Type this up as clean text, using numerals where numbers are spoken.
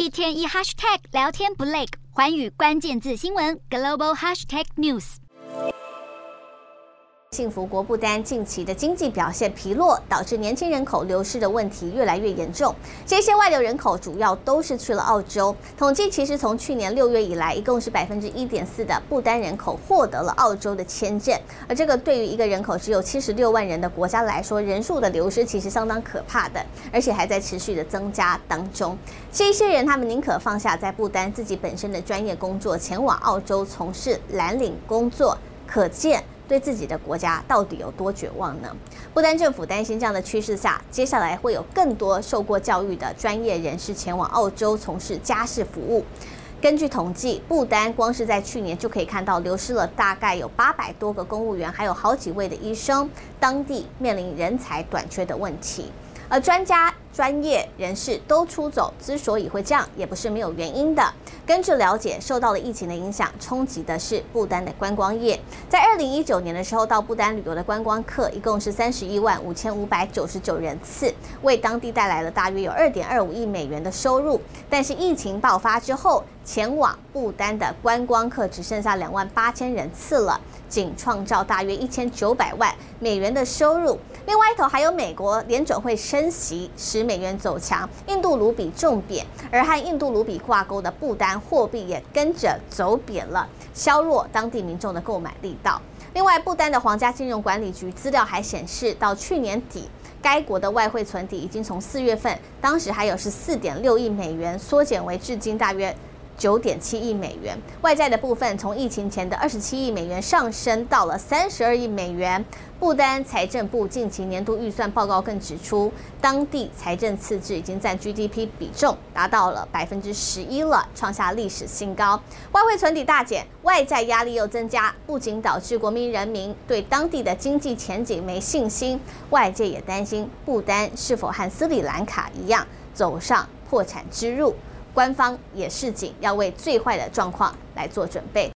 一天一 hashtag 聊天不累，寰宇关键字新闻 global hashtag news。 幸福国不丹近期的经济表现疲弱，导致年轻人口流失的问题越来越严重。这些外流人口主要都是去了澳洲。统计其实从去年6月以来，一共是1.4%的不丹人口获得了澳洲的签证。而这个对于一个人口只有76万人的国家来说，人数的流失其实相当可怕的，而且还在持续的增加当中。这些人他们宁可放下在不丹自己本身的专业工作，前往澳洲从事蓝领工作，可见对自己的国家到底有多绝望呢？不丹政府担心这样的趋势下，接下来会有更多受过教育的专业人士前往澳洲从事家事服务。根据统计，不丹光是在去年就可以看到流失了大概有800多个公务员，还有好几位的医生，当地面临人才短缺的问题。而专家、专业人士都出走，之所以会这样，也不是没有原因的。根据了解，受到了疫情的影响，冲击的是不丹的观光业。在2019年的时候，到不丹旅游的观光客一共是315599人次，为当地带来了大约有2.25亿美元的收入。但是疫情爆发之后，前往不丹的观光客只剩下28000人次了，仅创造大约1900万美元的收入。另外一头还有美国联准会升息，使美元走强，印度卢比重贬，而和印度卢比挂钩的不丹货币也跟着走贬了，削弱当地民众的购买力道。另外，不丹的皇家金融管理局资料还显示，到去年底，该国的外汇存底已经从4月份当时还有14.6亿美元，缩减为至今大约9.7亿美元，外债的部分从疫情前的27亿美元上升到了32亿美元。不丹财政部近期年度预算报告更指出，当地财政赤字已经占 GDP 比重达到了11%了，创下历史新高。外汇存底大减，外债压力又增加，不仅导致国民人民对当地的经济前景没信心，外界也担心不丹是否和斯里兰卡一样走上破产之路。官方也示警，要为最坏的状况来做准备。